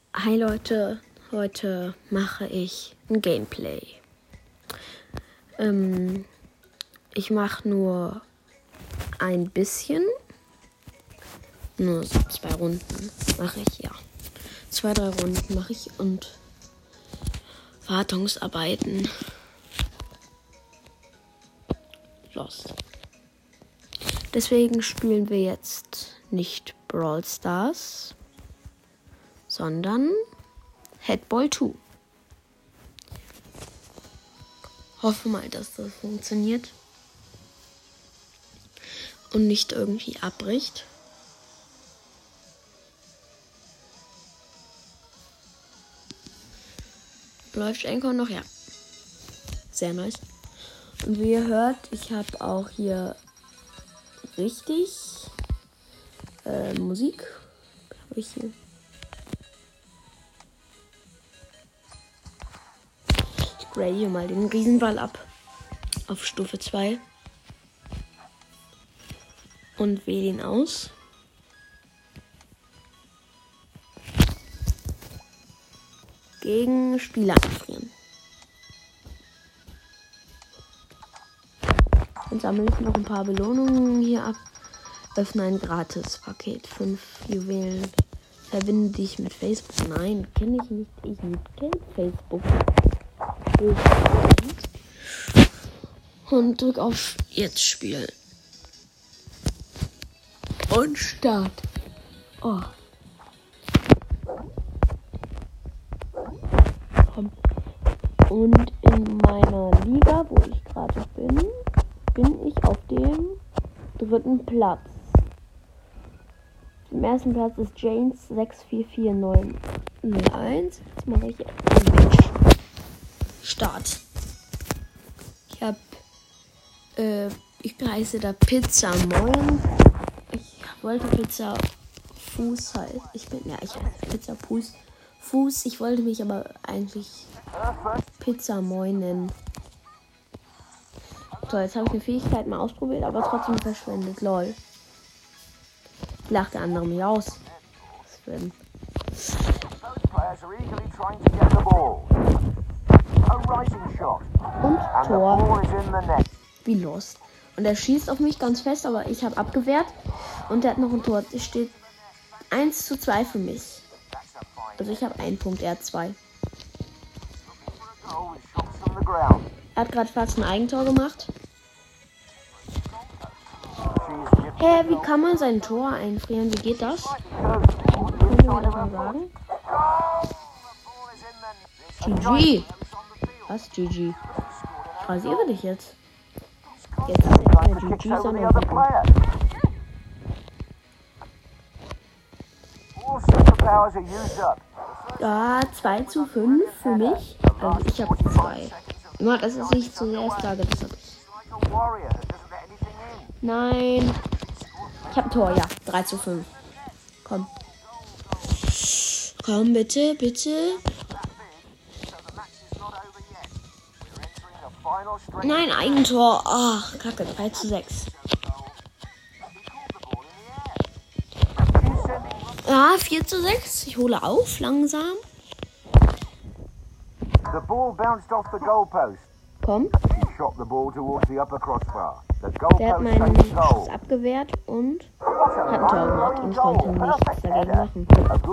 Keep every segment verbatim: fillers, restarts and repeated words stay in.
Hi Leute, heute mache ich ein Gameplay. Ähm, ich mache nur ein bisschen, nur so zwei Runden mache ich, ja. Zwei, drei Runden mache ich und Wartungsarbeiten. Lost. Deswegen spielen wir jetzt nicht Brawl Stars, sondern Headball zwei. Hoffe mal, dass das funktioniert und nicht irgendwie abbricht. Läuft Anchor noch? Ja. Sehr nice. Und wie ihr hört, ich habe auch hier richtig äh, Musik. Habe ich hier. Ich grade hier mal den Riesenball ab. Auf Stufe zwei. Und wähle ihn aus. Gegen Spieler einfrieren. Dann sammle ich noch ein paar Belohnungen hier ab. Öffne ein Gratis-Paket. Fünf Juwelen. Verbinde dich mit Facebook. Nein, kenne ich nicht. Ich kenne Facebook. Und drück auf Jetzt spielen. Und Start. Oh. Komm. Und in meiner Liga, wo ich gerade bin, bin ich auf dem dritten Platz. Im ersten Platz ist Janes sechs vier vier neun null eins. Jetzt mache ich ein Match. Start. Ich habe, äh, ich heiße da Pizza Moin. Ich wollte Pizza Fuß heißen. Ich bin, ja, ich heiße Pizza Fuß. Fuß. Ich wollte mich aber eigentlich Pizza Moin nennen. So, jetzt habe ich eine Fähigkeit mal ausprobiert, aber trotzdem verschwendet. Lol. Lacht der andere mich aus. Was für ein Und Tor. Wie Lost. Und er schießt auf mich ganz fest, aber ich habe abgewehrt. Und er hat noch ein Tor. Es steht eins zu zwei für mich. Also ich habe einen Punkt, er hat zwei. Er hat gerade fast ein Eigentor gemacht. Hä, hey, wie kann man sein Tor einfrieren? Wie geht das? Könnt ihr mir das mal sagen? G G. Was, G G? Ich rasiere dich jetzt. Jetzt ist es nicht mehr G G, sondern G G. Ja, zwei zu fünf für mich. Also ich habe zwei. Nur, dass es nicht zuerst sage, das habe ich. Nein. Ich habe ein Tor, ja. drei zu fünf. Komm. Komm, bitte, bitte. Nein, Eigentor. Ach, Kacke. drei zu sechs. Ja, vier zu sechs. Ich hole auf, langsam. Komm. Der hat meinen Schuss abgewehrt und hat ein Tor gemacht und ich konnte nichts dagegen machen.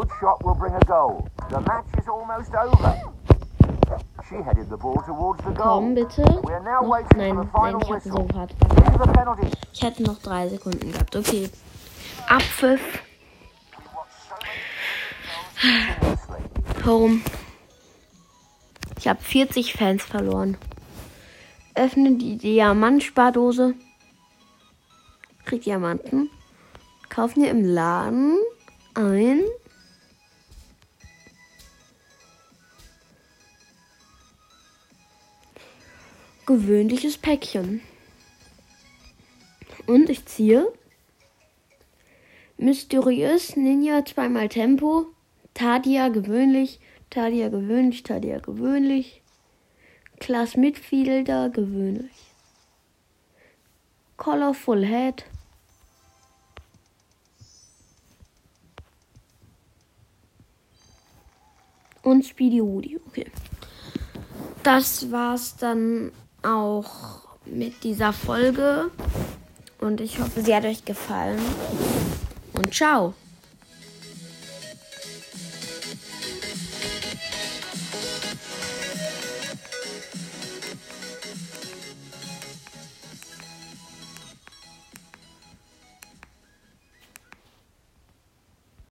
Komm bitte. Noch, nein, nein, ich habe so hart verkackt. Ich hätte noch drei Sekunden gehabt. Okay. Abpfiff. Home. Ich habe vierzig Fans verloren. Öffne die Diamantspardose. Krieg Diamanten. Kaufen wir im Laden ein gewöhnliches Päckchen. Und ich ziehe mysteriös Ninja zweimal Tempo. Tadia gewöhnlich. Tadia gewöhnlich. Tadia gewöhnlich. Class Midfielder gewöhnlich. Colorful Head. Und Speedy Woody. Okay. Das war's dann auch mit dieser Folge. Und ich hoffe, sie hat euch gefallen. Und ciao.